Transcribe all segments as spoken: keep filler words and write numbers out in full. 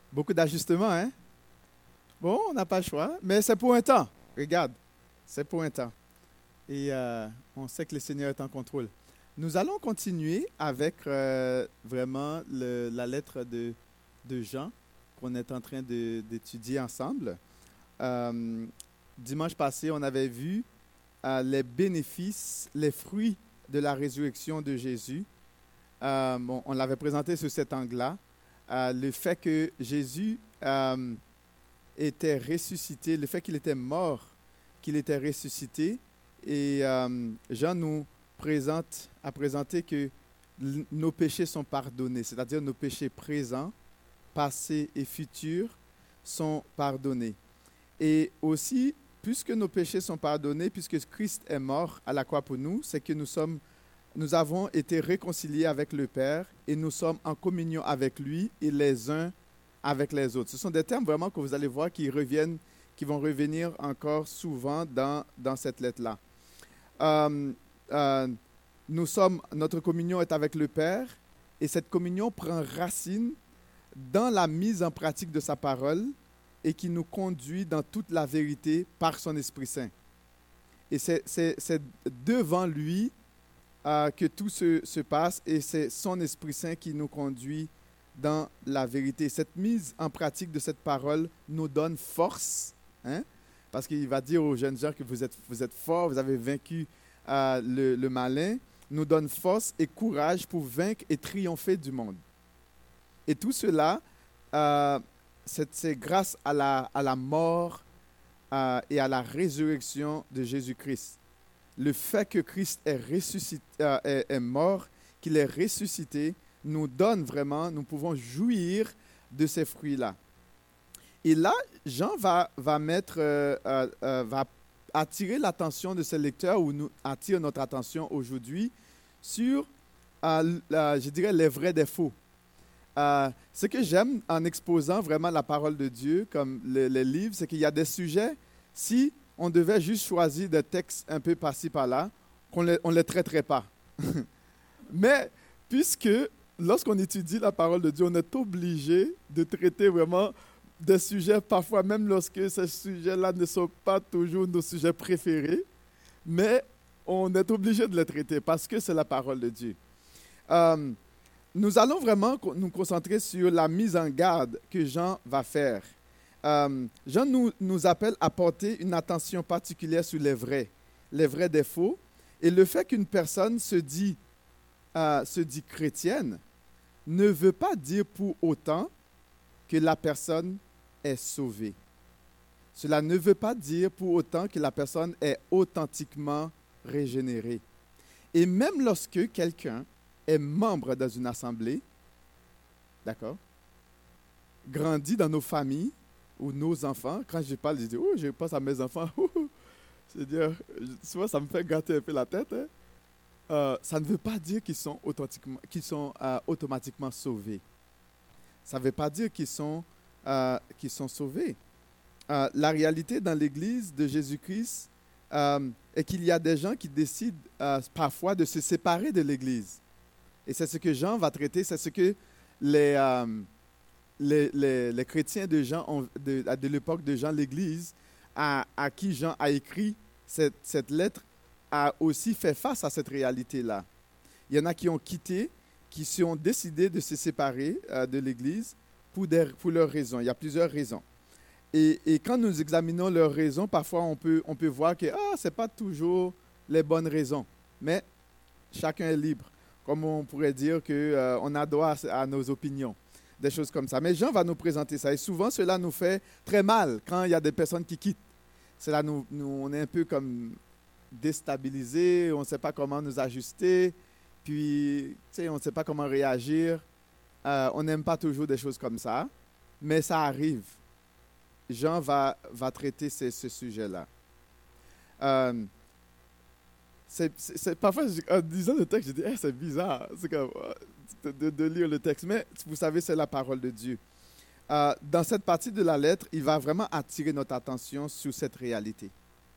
Beaucoup d'ajustements, hein? Bon, on n'a pas le choix, mais c'est pour un temps. Regarde, c'est pour un temps. Et euh, on sait que le Seigneur est en contrôle. Nous allons continuer avec euh, vraiment le- la lettre de, de Jean qu'on est en train de- d'étudier ensemble. Euh, dimanche passé, on avait vu euh, les bénéfices, les fruits de la résurrection de Jésus. Euh, bon, on l'avait présenté sous cet angle-là. Euh, le fait que Jésus euh, était ressuscité, le fait qu'il était mort, qu'il était ressuscité. Et euh, Jean nous présente, a présenté que l- nos péchés sont pardonnés, c'est-à-dire nos péchés présents, passés et futurs sont pardonnés. Et aussi, puisque nos péchés sont pardonnés, puisque Christ est mort à la croix pour nous, c'est que nous sommes, nous avons été réconciliés avec le Père et nous sommes en communion avec lui et les uns avec les autres. Ce sont des termes vraiment que vous allez voir qui reviennent, qui vont revenir encore souvent dans, dans cette lettre-là. Euh, euh, nous sommes, notre communion est avec le Père et cette communion prend racine dans la mise en pratique de sa parole et qui nous conduit dans toute la vérité par son Esprit Saint. Et c'est, c'est, c'est devant lui euh, que tout se, se passe et c'est son Esprit Saint qui nous conduit dans la vérité. Cette mise en pratique de cette parole nous donne force, hein, parce qu'il va dire aux jeunes gens que vous êtes, vous êtes forts, vous avez vaincu euh, le, le malin, nous donne force et courage pour vaincre et triompher du monde. Et tout cela, euh, c'est, c'est grâce à la, à la mort euh, et à la résurrection de Jésus-Christ. Le fait que Christ est, ressuscité, euh, est, est mort, qu'il est ressuscité, nous donne vraiment, nous pouvons jouir de ces fruits-là. Et là, Jean va, va mettre, euh, euh, euh, va attirer l'attention de ses lecteurs ou nous attire notre attention aujourd'hui sur, euh, la- je dirais, les vrais des faux. Euh, ce que j'aime en exposant vraiment la parole de Dieu, comme le- les livres, c'est qu'il y a des sujets, si on devait juste choisir des textes un peu par-ci, par-là, qu'on les- on ne les traiterait pas. Mais puisque lorsqu'on étudie la parole de Dieu, on est obligé de traiter vraiment des sujets, parfois même lorsque ces sujets-là ne sont pas toujours nos sujets préférés, mais on est obligé de les traiter parce que c'est la parole de Dieu. Euh, nous allons vraiment co- nous concentrer sur la mise en garde que Jean va faire. Euh, Jean nous, nous appelle à porter une attention particulière sur les vrais, les vrais des faux, et le fait qu'une personne se dit, euh, se dit chrétienne ne veut pas dire pour autant que la personne est sauvée. Cela ne veut pas dire pour autant que la personne est authentiquement régénérée. Et même lorsque quelqu'un est membre dans une assemblée, d'accord, grandit dans nos familles ou nos enfants, quand je parle, je dis, oh, je pense à mes enfants, c'est-à-dire, souvent ça me fait gratter un peu la tête, hein. Euh, ça ne veut pas dire qu'ils sont, authentiquement, qu'ils sont euh, automatiquement sauvés. Ça ne veut pas dire qu'ils sont, euh, qu'ils sont sauvés. Euh, la réalité dans l'Église de Jésus-Christ euh, est qu'il y a des gens qui décident euh, parfois de se séparer de l'Église. Et c'est ce que Jean va traiter, c'est ce que les, euh, les, les, les chrétiens de, Jean ont, de, de l'époque de Jean, l'Église, à, à qui Jean a écrit cette, cette lettre, a aussi fait face à cette réalité-là. Il y en a qui ont quitté, qui se ont décidé de se séparer euh, de l'Église pour, des, pour leurs raisons. Il y a plusieurs raisons. Et, et quand nous examinons leurs raisons, parfois on peut, on peut voir que ah, ce n'est pas toujours les bonnes raisons. Mais chacun est libre. Comme on pourrait dire qu'on euh, a droit à, à nos opinions, des choses comme ça. Mais Jean va nous présenter ça. Et souvent, cela nous fait très mal quand il y a des personnes qui quittent. Cela nous, nous on est un peu comme déstabilisés, on ne sait pas comment nous ajuster, puis on ne sait pas comment réagir. Euh, on n'aime pas toujours des choses comme ça, mais ça arrive. Jean va, va traiter ce, ce sujet-là. Euh, c'est, c'est, c'est, parfois, en disant le texte, je dis hey, c'est bizarre c'est comme, de, de, de lire le texte, mais vous savez, c'est la parole de Dieu. Euh, dans cette partie de la lettre, il va vraiment attirer notre attention sur cette réalité.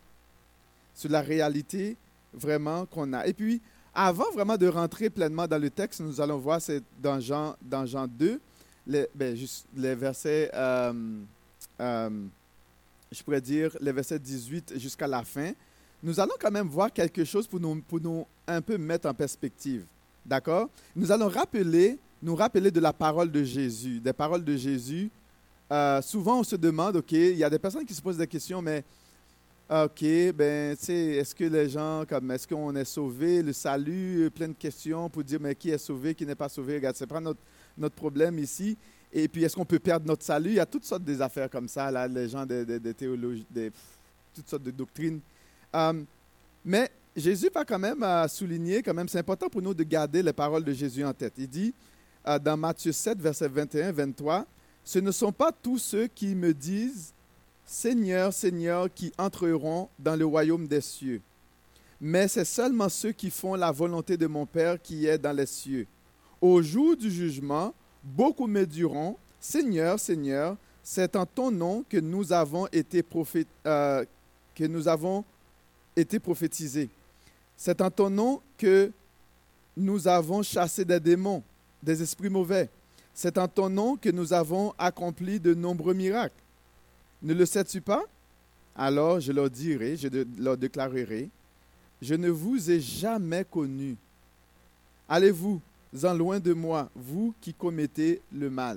Sur la réalité vraiment qu'on a. Et puis, avant vraiment de rentrer pleinement dans le texte, nous allons voir, c'est dans Jean, dans Jean deux, les, ben, juste les versets, euh, euh, je pourrais dire les versets dix-huit jusqu'à la fin, nous allons quand même voir quelque chose pour nous, pour nous un peu mettre en perspective. D'accord? Nous allons rappeler, nous rappeler de la parole de Jésus, des paroles de Jésus. Euh, souvent, on se demande, OK, il y a des personnes qui se posent des questions, mais OK, ben, tu sais, est-ce que les gens, comme, est-ce qu'on est sauvé, le salut, plein de questions pour dire, mais qui est sauvé, qui n'est pas sauvé, regarde, c'est pas notre, notre problème ici. Et puis, est-ce qu'on peut perdre notre salut? Il y a toutes sortes d'affaires comme ça, là, les gens de, de, de théologie, de, toutes sortes de doctrines. Um, mais Jésus va quand même uh, souligner, quand même, c'est important pour nous de garder les paroles de Jésus en tête. Il dit, uh, dans Matthieu sept, versets vingt et un vingt-trois, « Ce ne sont pas tous ceux qui me disent, Seigneur, Seigneur, qui entreront dans le royaume des cieux. Mais c'est seulement ceux qui font la volonté de mon Père qui est dans les cieux. Au jour du jugement, beaucoup me diront, Seigneur, Seigneur, c'est en ton nom que nous avons été, prophét- euh, que nous avons été prophétisés. C'est en ton nom que nous avons chassé des démons, des esprits mauvais. C'est en ton nom que nous avons accompli de nombreux miracles. Ne le sais-tu pas? Alors je leur dirai, je de, leur déclarerai, je ne vous ai jamais connus. Allez-vous en loin de moi, vous qui commettez le mal.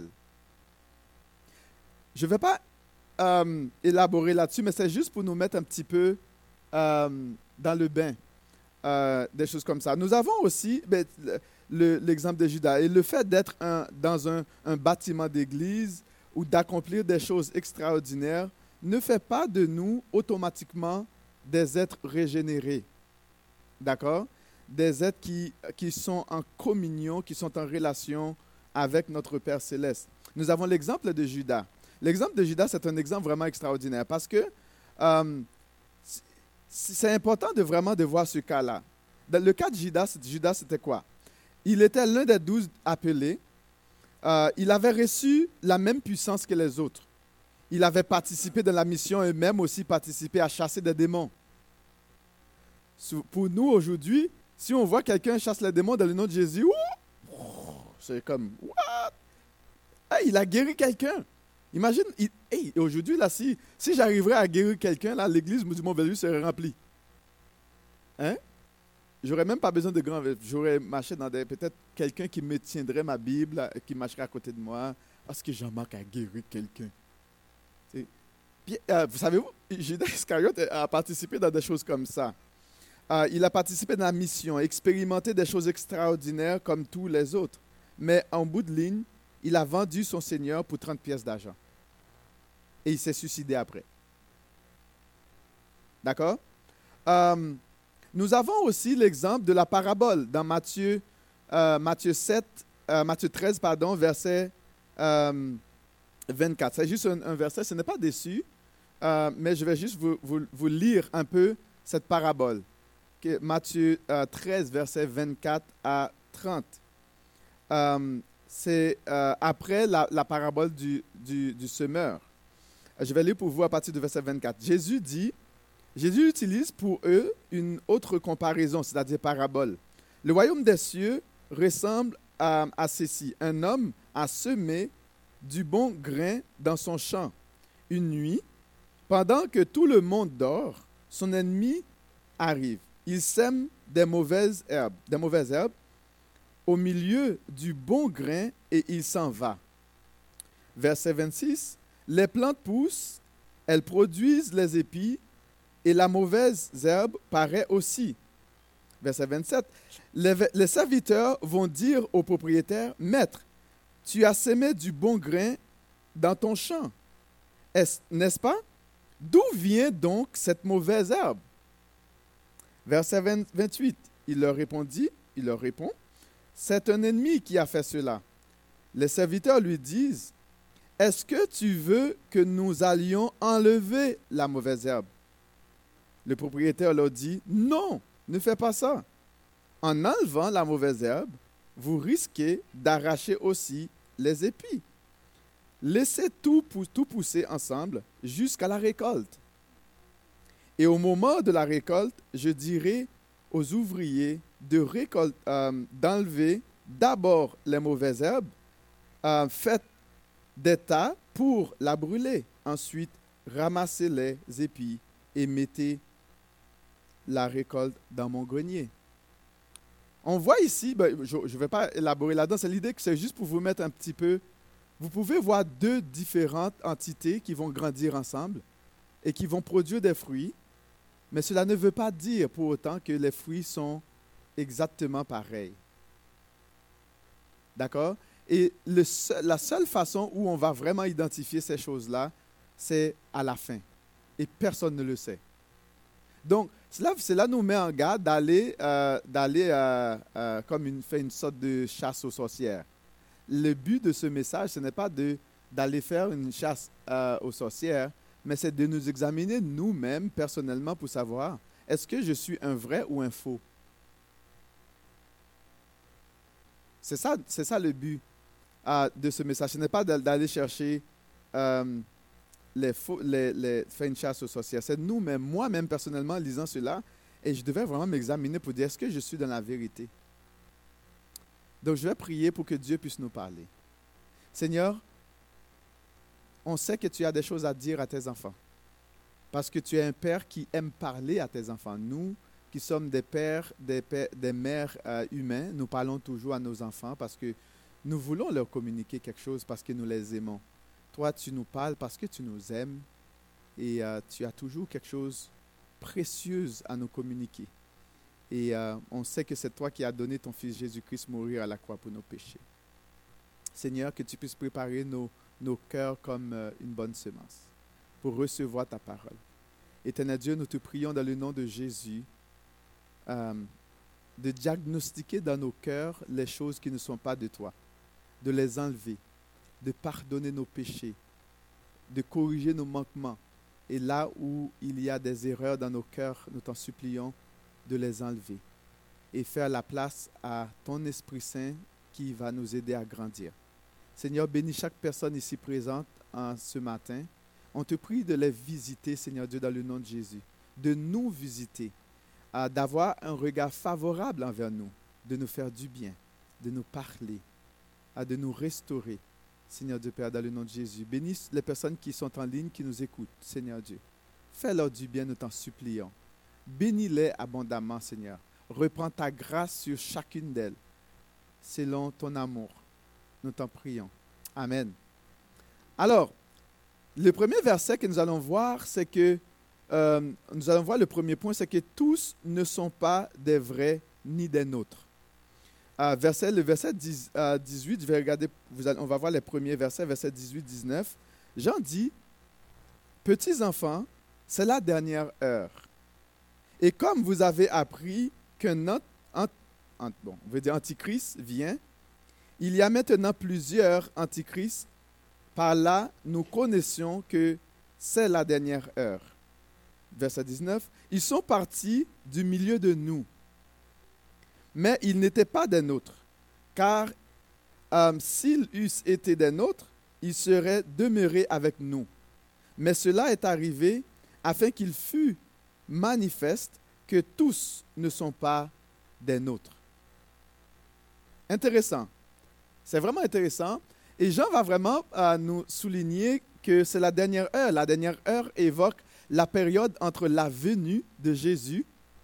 Je ne vais pas euh, élaborer là-dessus, mais c'est juste pour nous mettre un petit peu euh, dans le bain, euh, des choses comme ça. Nous avons aussi ben, le, l'exemple de Judas et le fait d'être un, dans un, un bâtiment d'église ou d'accomplir des choses extraordinaires ne fait pas de nous automatiquement des êtres régénérés. D'accord? Des êtres qui, qui sont en communion, qui sont en relation avec notre Père céleste. Nous avons l'exemple de Judas. L'exemple de Judas, c'est un exemple vraiment extraordinaire parce que euh, c'est important de vraiment de voir ce cas-là. Dans le cas de Judas, Judas, c'était quoi? Il était l'un des douze appelés. Euh, il avait reçu la même puissance que les autres. Il avait participé dans la mission et même aussi participé à chasser des démons. Pour nous, aujourd'hui, si on voit quelqu'un chasser les démons dans le nom de Jésus, ouh, c'est comme, what? Hey, il a guéri quelqu'un. Imagine, il, hey, aujourd'hui, là, si, si j'arriverais à guérir quelqu'un, là, l'église du Mont-Bellevue serait remplie. Hein? J'aurais même pas besoin de grand. J'aurais marché dans des. Peut-être quelqu'un qui me tiendrait ma Bible, qui marcherait à côté de moi. Parce que Jean-Marc a guéri quelqu'un. Puis, euh, vous savez-vous, Judas Iscariote a participé dans des choses comme ça. Euh, il a participé dans la mission, expérimenté des choses extraordinaires comme tous les autres. Mais en bout de ligne, il a vendu son Seigneur pour trente pièces d'argent. Et il s'est suicidé après. D'accord? Euh, nous avons aussi l'exemple de la parabole dans Matthieu, euh, Matthieu, sept, euh, Matthieu treize, pardon, verset euh, vingt-quatre. C'est juste un, un verset, ce n'est pas déçu, euh, mais je vais juste vous, vous, vous lire un peu cette parabole. Okay, Matthieu euh, treize, verset vingt-quatre à trente. Euh, c'est euh, après la, la parabole du, du, du semeur. Je vais lire pour vous à partir du verset vingt-quatre. Jésus dit, Jésus utilise pour eux une autre comparaison, c'est-à-dire parabole. Le royaume des cieux ressemble à, à ceci. Un homme a semé du bon grain dans son champ. Une nuit, pendant que tout le monde dort, son ennemi arrive. Il sème des mauvaises herbes, des mauvaises herbes au milieu du bon grain et il s'en va. Verset vingt-six. Les plantes poussent, elles produisent les épis et la mauvaise herbe paraît aussi. Verset vingt-sept. Les, les serviteurs vont dire au propriétaire, « Maître, tu as semé du bon grain dans ton champ. Est-ce, n'est-ce pas? D'où vient donc cette mauvaise herbe? » Verset vingt-huit. Il leur répondit, il leur répond, « C'est un ennemi qui a fait cela. » Les serviteurs lui disent, « Est-ce que tu veux que nous allions enlever la mauvaise herbe? » Le propriétaire leur dit, « Non, ne fais pas ça. En enlevant la mauvaise herbe, vous risquez d'arracher aussi les épis. Laissez tout, tout pousser ensemble jusqu'à la récolte. Et au moment de la récolte, je dirai aux ouvriers de récolte, euh, d'enlever d'abord les mauvaises herbes, euh, faites des tas pour la brûler. Ensuite, ramassez les épis et mettez la récolte dans mon grenier. On voit ici, ben, je ne vais pas élaborer là-dedans, c'est l'idée que c'est juste pour vous mettre un petit peu. Vous pouvez voir deux différentes entités qui vont grandir ensemble et qui vont produire des fruits, mais cela ne veut pas dire pour autant que les fruits sont exactement pareils. D'accord? Et le seul, la seule façon où on va vraiment identifier ces choses-là, c'est à la fin. Et personne ne le sait. Donc, cela, cela nous met en garde d'aller, euh, d'aller euh, euh, comme une, faire une sorte de chasse aux sorcières. Le but de ce message, ce n'est pas de, d'aller faire une chasse euh, aux sorcières, mais c'est de nous examiner nous-mêmes personnellement pour savoir, est-ce que je suis un vrai ou un faux? C'est ça, c'est ça le but euh, de ce message. Ce n'est pas d'aller chercher euh, les faux, les, les, faire une chasse aux sorcières. C'est nous-mêmes, moi-même personnellement, lisant cela, et je devais vraiment m'examiner pour dire, est-ce que je suis dans la vérité? Donc, je vais prier pour que Dieu puisse nous parler. Seigneur, on sait que tu as des choses à dire à tes enfants, parce que tu es un père qui aime parler à tes enfants. Nous, qui sommes des pères, des, pères, des mères euh, humains, nous parlons toujours à nos enfants parce que nous voulons leur communiquer quelque chose parce que nous les aimons. Toi, tu nous parles parce que tu nous aimes et euh, tu as toujours quelque chose de précieux à nous communiquer. Et euh, on sait que c'est toi qui as donné ton Fils Jésus-Christ mourir à la croix pour nos péchés. Seigneur, que tu puisses préparer nos, nos cœurs comme euh, une bonne semence pour recevoir ta parole. Éternel Dieu, nous te prions dans le nom de Jésus euh, de diagnostiquer dans nos cœurs les choses qui ne sont pas de toi, de les enlever, de pardonner nos péchés, de corriger nos manquements. Et là où il y a des erreurs dans nos cœurs, nous t'en supplions de les enlever et faire la place à ton Esprit Saint qui va nous aider à grandir. Seigneur, bénis chaque personne ici présente en ce matin. On te prie de les visiter, Seigneur Dieu, dans le nom de Jésus, de nous visiter, euh, d'avoir un regard favorable envers nous, de nous faire du bien, de nous parler, euh, de nous restaurer. Seigneur Dieu Père, dans le nom de Jésus, bénis les personnes qui sont en ligne, qui nous écoutent, Seigneur Dieu. Fais-leur du bien, nous t'en supplions. Bénis-les abondamment, Seigneur. Reprends ta grâce sur chacune d'elles, selon ton amour. Nous t'en prions. Amen. Alors, le premier verset que nous allons voir, c'est que, euh, nous allons voir le premier point, c'est que tous ne sont pas des vrais ni des nôtres. Euh, verset, le verset dix, euh, dix-huit, je vais regarder, vous allez, on va voir les premiers versets, versets dix-huit dix-neuf. Jean dit, « Petits enfants, c'est la dernière heure. Et comme vous avez appris qu'un ant, ant, ant, bon, on veut dire antichrist vient, il y a maintenant plusieurs antichrists. Par là, nous connaissions que c'est la dernière heure. » Verset dix-neuf. « Ils sont partis du milieu de nous. Mais ils n'étaient pas des nôtres, car euh, s'ils eussent été des nôtres, ils seraient demeurés avec nous. Mais cela est arrivé afin qu'il fût manifeste que tous ne sont pas des nôtres. » Intéressant. C'est vraiment intéressant. Et Jean va vraiment euh, nous souligner que c'est la dernière heure. La dernière heure évoque la période entre la venue de Jésus,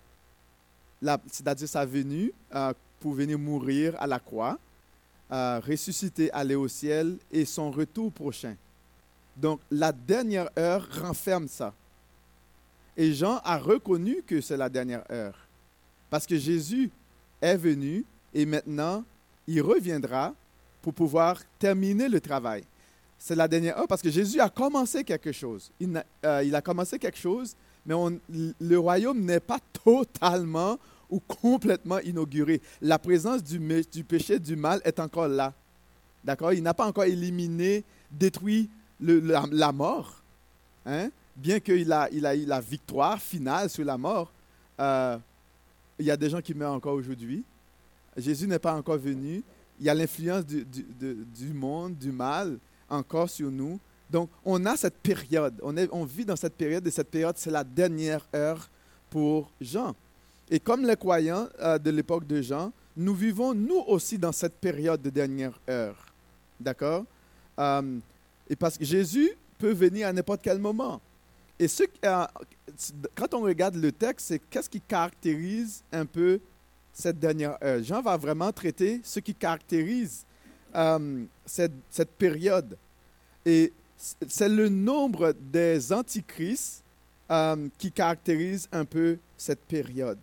La, c'est-à-dire sa venue euh, pour venir mourir à la croix, euh, ressusciter, aller au ciel, et son retour prochain. Donc, la dernière heure renferme ça. Et Jean a reconnu que c'est la dernière heure. Parce que Jésus est venu, et maintenant, il reviendra pour pouvoir terminer le travail. C'est la dernière heure parce que Jésus a commencé quelque chose. Il a, euh, il a commencé quelque chose, mais on, le royaume n'est pas totalement ou complètement inauguré. La présence du, du péché, du mal est encore là. D'accord? Il n'a pas encore éliminé, détruit le, la, la mort. Hein? Bien qu'il a, il a eu la victoire finale sur la mort, euh, il y a des gens qui meurent encore aujourd'hui. Jésus n'est pas encore venu. Il y a l'influence du, du, du, du monde, du mal, encore sur nous. Donc, on a cette période. On, est, on vit dans cette période, et cette période, c'est la dernière heure pour Jean. Et comme les croyants euh, de l'époque de Jean, nous vivons, nous aussi, dans cette période de dernière heure. D'accord? Euh, Et parce que Jésus peut venir à n'importe quel moment. Et ce, euh, quand on regarde le texte, c'est qu'est-ce qui caractérise un peu cette dernière heure. Jean va vraiment traiter ce qui caractérise euh, cette, cette période. Et c'est le nombre des antichrists euh, qui caractérise un peu cette période.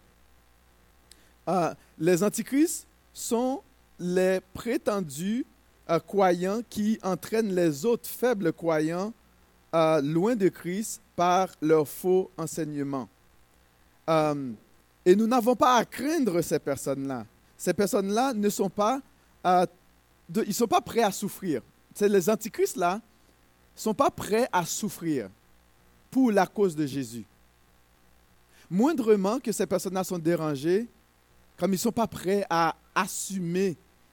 Euh, les antichrists sont les prétendus euh, croyants qui entraînent les autres faibles croyants euh, loin de Christ par leur faux enseignement. Euh, et nous n'avons pas à craindre ces personnes-là. Ces personnes-là ne sont pas, euh, de, ils sont pas prêts à souffrir. C'est les antichrists-là ne sont pas prêts à souffrir pour la cause de Jésus. Moindrement que ces personnes-là sont dérangées, comme ils ne sont pas prêts à assumer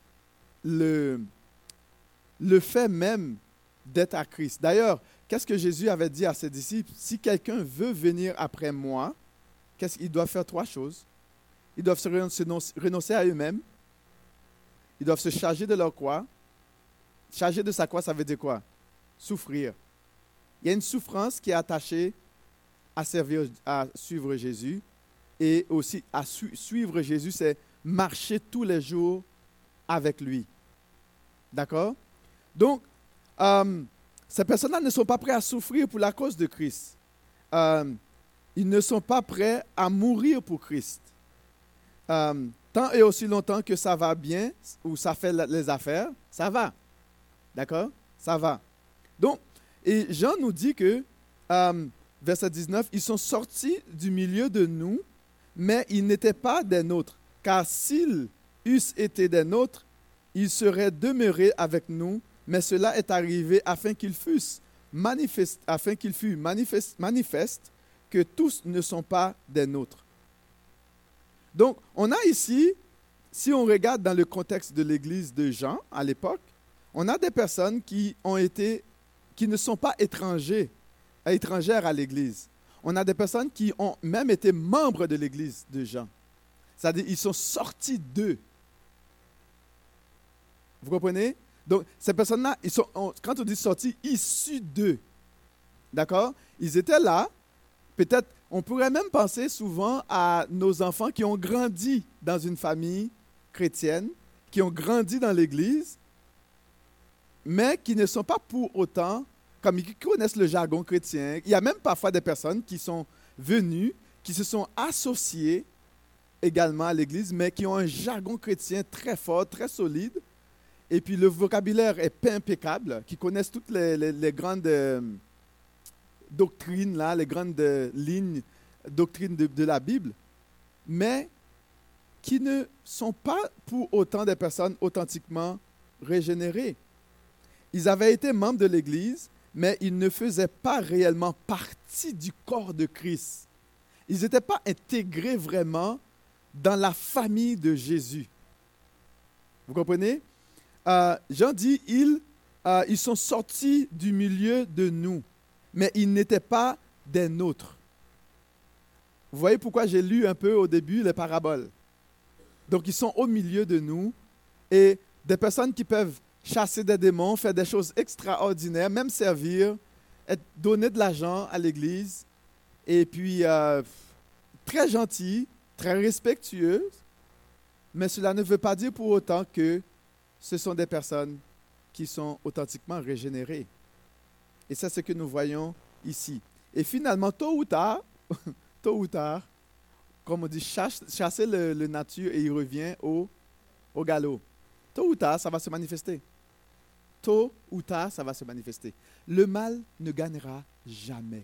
le, le fait même d'être à Christ. D'ailleurs, qu'est-ce que Jésus avait dit à ses disciples? Si quelqu'un veut venir après moi, qu'est-ce qu'il doit faire? Trois choses. Ils doivent se renoncer à eux-mêmes. Ils doivent se charger de leur croix. Charger de sa croix, ça veut dire quoi? Souffrir. Il y a une souffrance qui est attachée à servir, à suivre Jésus. Et aussi, à su- suivre Jésus, c'est marcher tous les jours avec lui. D'accord? Donc, euh, ces personnes-là ne sont pas prêtes à souffrir pour la cause de Christ. Euh, ils ne sont pas prêts à mourir pour Christ. Euh, tant et aussi longtemps que ça va bien, ou ça fait les affaires, ça va. D'accord? Ça va. Donc, et Jean nous dit que, euh, verset dix-neuf, ils sont sortis du milieu de nous, mais ils n'étaient pas des nôtres. Car s'ils eussent été des nôtres, ils seraient demeurés avec nous, mais cela est arrivé afin qu'ils fussent manifestes, afin qu'il fût manifeste, manifeste que tous ne sont pas des nôtres. Donc, on a ici, si on regarde dans le contexte de l'église de Jean à l'époque, on a des personnes qui ont été, qui ne sont pas étrangers, étrangères à l'église. On a des personnes qui ont même été membres de l'église de Jean. C'est-à-dire, ils sont sortis d'eux. Vous comprenez? Donc, ces personnes-là, ils sont, on, quand on dit sortis, issus d'eux. D'accord? Ils étaient là. Peut-être, on pourrait même penser souvent à nos enfants qui ont grandi dans une famille chrétienne, qui ont grandi dans l'Église, mais qui ne sont pas pour autant, comme ils connaissent le jargon chrétien. Il y a même parfois des personnes qui sont venues, qui se sont associées également à l'Église, mais qui ont un jargon chrétien très fort, très solide. Et puis le vocabulaire est pas impeccable, qui connaissent toutes les, les, les grandes euh, doctrines, là, les grandes euh, lignes, doctrines de, de la Bible, mais qui ne sont pas pour autant des personnes authentiquement régénérées. Ils avaient été membres de l'Église, mais ils ne faisaient pas réellement partie du corps de Christ. Ils n'étaient pas intégrés vraiment dans la famille de Jésus. Vous comprenez? Euh, Jean dit, ils, euh, ils sont sortis du milieu de nous, mais ils n'étaient pas des nôtres. Vous voyez pourquoi j'ai lu un peu au début les paraboles. Donc, ils sont au milieu de nous et des personnes qui peuvent chasser des démons, faire des choses extraordinaires, même servir, être, donner de l'argent à l'Église, et puis euh, très gentils, très respectueux, mais cela ne veut pas dire pour autant que ce sont des personnes qui sont authentiquement régénérées. Et c'est ce que nous voyons ici. Et finalement, tôt ou tard, tôt ou tard, comme on dit, chasse, chasser le, le nature et il revient au, au galop. Tôt ou tard, ça va se manifester. Tôt ou tard, ça va se manifester. Le mal ne gagnera jamais.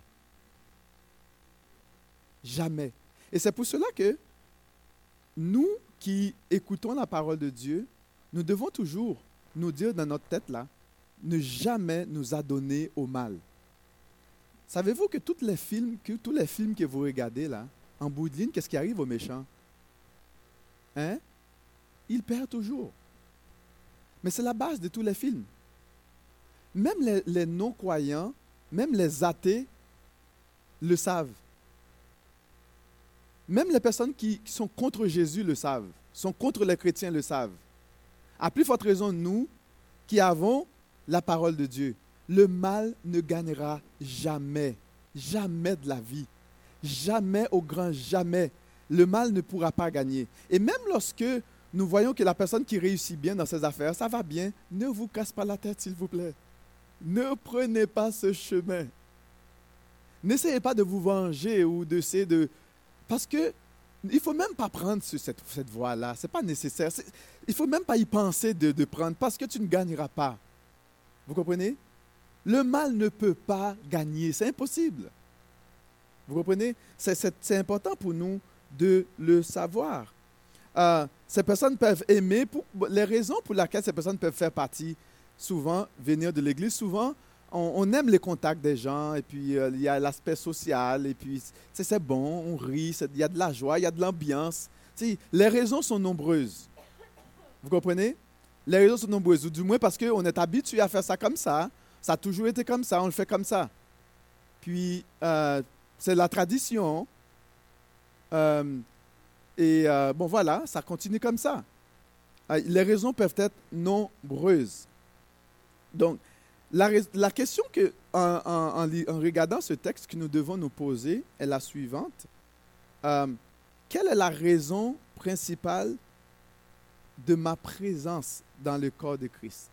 Jamais. Et c'est pour cela que nous qui écoutons la parole de Dieu, nous devons toujours nous dire dans notre tête là, ne jamais nous adonner au mal. Savez-vous que, toutes les films, que tous les films que vous regardez là, en bout de ligne, qu'est-ce qui arrive aux méchants? Hein? Ils perdent toujours. Mais c'est la base de tous les films. Même les, les non-croyants, même les athées le savent. Même les personnes qui, qui sont contre Jésus le savent, sont contre les chrétiens le savent. À plus forte raison, nous qui avons la parole de Dieu. le mal ne gagnera jamais, jamais de la vie, jamais au grand jamais. Le mal ne pourra pas gagner. Et même lorsque nous voyons que la personne qui réussit bien dans ses affaires, ça va bien, ne vous casse pas la tête, s'il vous plaît. Ne prenez pas ce chemin. N'essayez pas de vous venger ou d'essayer de... Parce que il ne faut même pas prendre ce- cette, cette voie-là. Ce n'est pas nécessaire. C'est- il ne faut même pas y penser de, de prendre parce que tu ne gagneras pas. Vous comprenez? Le mal ne peut pas gagner. C'est impossible. Vous comprenez? C'est, c'est- c'est important pour nous de le savoir. Euh, ces personnes peuvent aimer, pour, les raisons pour lesquelles ces personnes peuvent faire partie, souvent, venir de l'Église, souvent, on, on aime les contacts des gens, et puis euh, il y a l'aspect social, et puis c'est, c'est bon, on rit, c'est- il y a de la joie, il y a de l'ambiance. Tu sais, les raisons sont nombreuses. Vous comprenez? Les raisons sont nombreuses, ou du moins parce qu'on est habitué à faire ça comme ça. Ça a toujours été comme ça, on le fait comme ça. Puis, euh, c'est la tradition. Euh, et euh, bon, voilà, ça continue comme ça. Euh, les raisons peuvent être nombreuses. Donc, la, rais- la question que, en, en- en li- en regardant ce texte que nous devons nous poser est la suivante. Euh, quelle est la raison principale de ma présence dans le corps de Christ?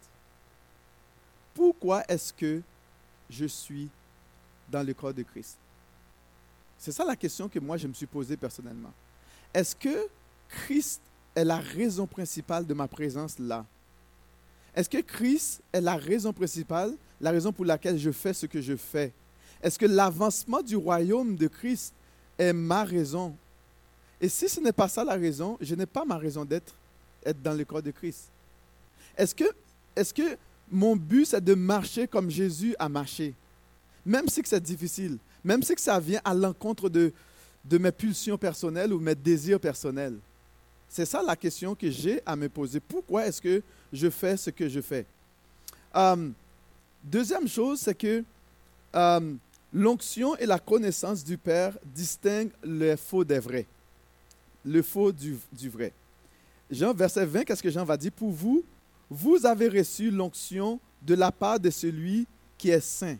Pourquoi est-ce que je suis dans le corps de Christ? C'est ça la question que moi je me suis posée personnellement. Est-ce que Christ est la raison principale de ma présence là? Est-ce que Christ est la raison principale, la raison pour laquelle je fais ce que je fais? Est-ce que l'avancement du royaume de Christ est ma raison? Et si ce n'est pas ça la raison, je n'ai pas ma raison d'être être dans le corps de Christ. Est-ce que, est-ce que mon but, c'est de marcher comme Jésus a marché? Même si que c'est difficile, même si que ça vient à l'encontre de, de mes pulsions personnelles ou mes désirs personnels. C'est ça la question que j'ai à me poser. Pourquoi est-ce que je fais ce que je fais? Euh, deuxième chose, c'est que euh, l'onction et la connaissance du Père distinguent le faux des vrais. Le faux du, du vrai. Jean, verset vingt, qu'est-ce que Jean va dire? Pour vous, vous avez reçu l'onction de la part de celui qui est saint.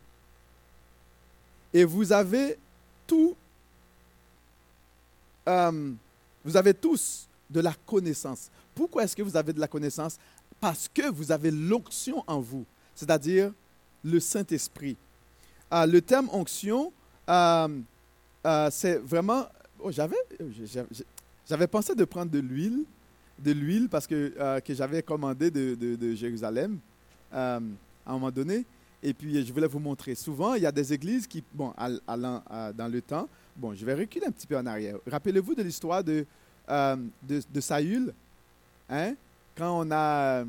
Et vous avez tout, euh, vous avez tous de la connaissance. Pourquoi est-ce que vous avez de la connaissance? Parce que vous avez l'onction en vous, c'est-à-dire le Saint-Esprit. Euh, le terme onction, euh, euh, c'est vraiment... Oh, j'avais, j'avais, j'avais pensé de prendre de l'huile, de l'huile parce que, euh, que j'avais commandé de, de, de Jérusalem euh, à un moment donné. Et puis, je voulais vous montrer. Souvent, il y a des églises qui, bon, allant dans le temps, bon, je vais reculer un petit peu en arrière. Rappelez-vous de l'histoire de, euh, de, de Saül, hein? Quand on a,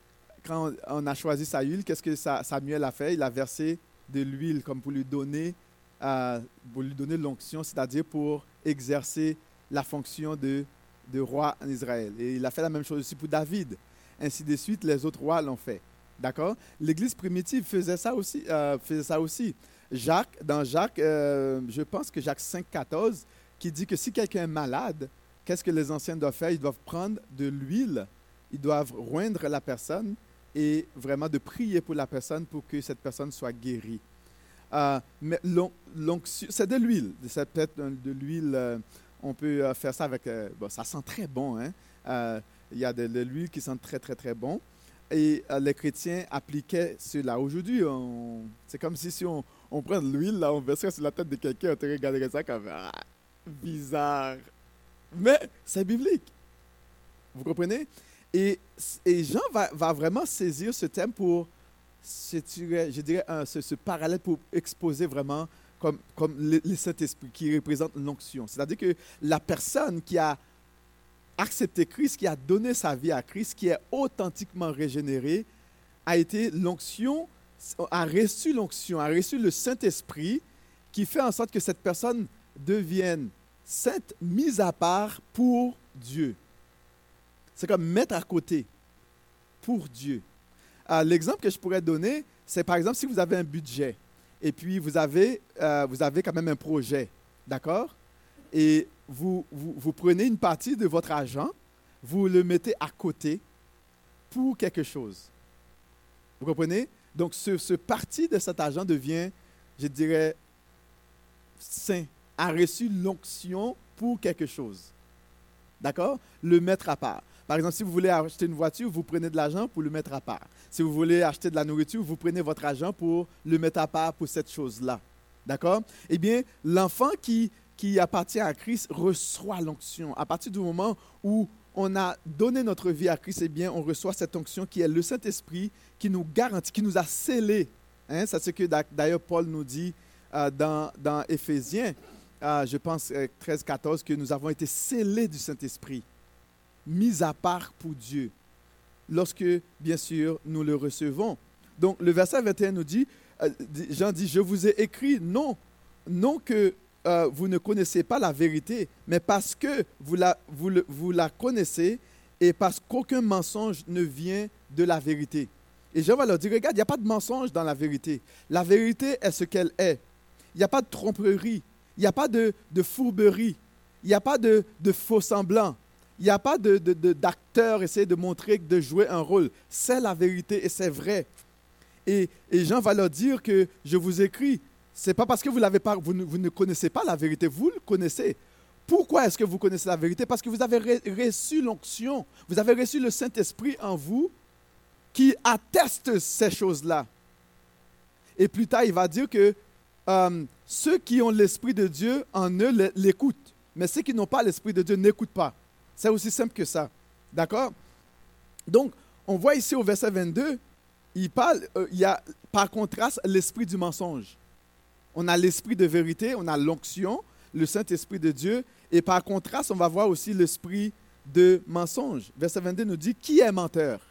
quand on a choisi Saül, qu'est-ce que Samuel a fait? Il a versé de l'huile comme pour lui donner, euh, pour lui donner l'onction, c'est-à-dire pour exercer la fonction de, de roi en Israël. Et il a fait la même chose aussi pour David. Ainsi de suite, les autres rois l'ont fait. D'accord? L'Église primitive faisait ça aussi. Euh, faisait ça aussi. Jacques, dans Jacques, euh, je pense que Jacques cinq, quatorze, qui dit que si quelqu'un est malade, qu'est-ce que les anciens doivent faire? Ils doivent prendre de l'huile, ils doivent oindre la personne et vraiment de prier pour la personne pour que cette personne soit guérie. Euh, mais l'onction, c'est de l'huile. C'est peut-être de l'huile, euh, on peut euh, faire ça avec... Euh, bon, ça sent très bon, hein? Euh, il y a de, de l'huile qui sent très, très, très bon. Et euh, les chrétiens appliquaient cela. Aujourd'hui, on, c'est comme si, si on, on prend de l'huile, là, on verserait sur la tête de quelqu'un, on te regarderait ça comme ah, bizarre. Mais c'est biblique. Vous comprenez? Et, et Jean va, va vraiment saisir ce thème pour, je dirais, je dirais un, ce, ce parallèle pour exposer vraiment comme, comme le, le Saint-Esprit qui représente l'onction. C'est-à-dire que la personne qui a accepté Christ, qui a donné sa vie à Christ, qui est authentiquement régénéré, a été l'onction, a reçu l'onction, a reçu le Saint-Esprit qui fait en sorte que cette personne devienne sainte, mise à part pour Dieu. C'est comme mettre à côté pour Dieu. Euh, l'exemple que je pourrais donner, c'est par exemple si vous avez un budget et puis vous avez, euh, vous avez quand même un projet, d'accord? Et vous, vous, vous prenez une partie de votre argent, vous le mettez à côté pour quelque chose. Vous comprenez? Donc, ce, ce parti de cet argent devient, je dirais, saint, a reçu l'onction pour quelque chose. D'accord? Le mettre à part. Par exemple, si vous voulez acheter une voiture, vous prenez de l'argent pour le mettre à part. Si vous voulez acheter de la nourriture, vous prenez votre argent pour le mettre à part pour cette chose-là. D'accord? Eh bien, l'enfant qui, qui appartient à Christ reçoit l'onction. À partir du moment où on a donné notre vie à Christ, eh bien, on reçoit cette onction qui est le Saint-Esprit qui nous garantit, qui nous a scellés. Hein? C'est ce que d'ailleurs Paul nous dit euh, dans, dans Éphésiens, euh, je pense euh, treize quatorze, que nous avons été scellés du Saint-Esprit, mis à part pour Dieu, lorsque, bien sûr, nous le recevons. Donc, le verset vingt et un nous dit, euh, Jean dit, « Je vous ai écrit, non, non que euh, vous ne connaissez pas la vérité, mais parce que vous la, vous, le, vous la connaissez et parce qu'aucun mensonge ne vient de la vérité. » Et Jean va leur dire, regarde, il n'y a pas de mensonge dans la vérité. La vérité est ce qu'elle est. Il n'y a pas de tromperie, il n'y a pas de, de fourberie, il n'y a pas de, de faux semblants. Il n'y a pas de, de, de, d'acteur essayer de montrer, de jouer un rôle. C'est la vérité et c'est vrai. Et, et Jean va leur dire que je vous écris, ce n'est pas parce que vous, l'avez pas, vous, ne, vous ne connaissez pas la vérité, vous le connaissez. Pourquoi est-ce que vous connaissez la vérité? Parce que vous avez reçu l'onction, vous avez reçu le Saint-Esprit en vous qui atteste ces choses-là. Et plus tard, il va dire que euh, ceux qui ont l'Esprit de Dieu en eux l'écoutent, mais ceux qui n'ont pas l'Esprit de Dieu n'écoutent pas. C'est aussi simple que ça. D'accord? Donc, on voit ici au verset vingt-deux, il parle, euh, il y a par contraste l'esprit du mensonge. On a l'esprit de vérité, on a l'onction, le Saint-Esprit de Dieu, et par contraste, on va voir aussi l'esprit de mensonge. Verset vingt-deux nous dit, qui est menteur?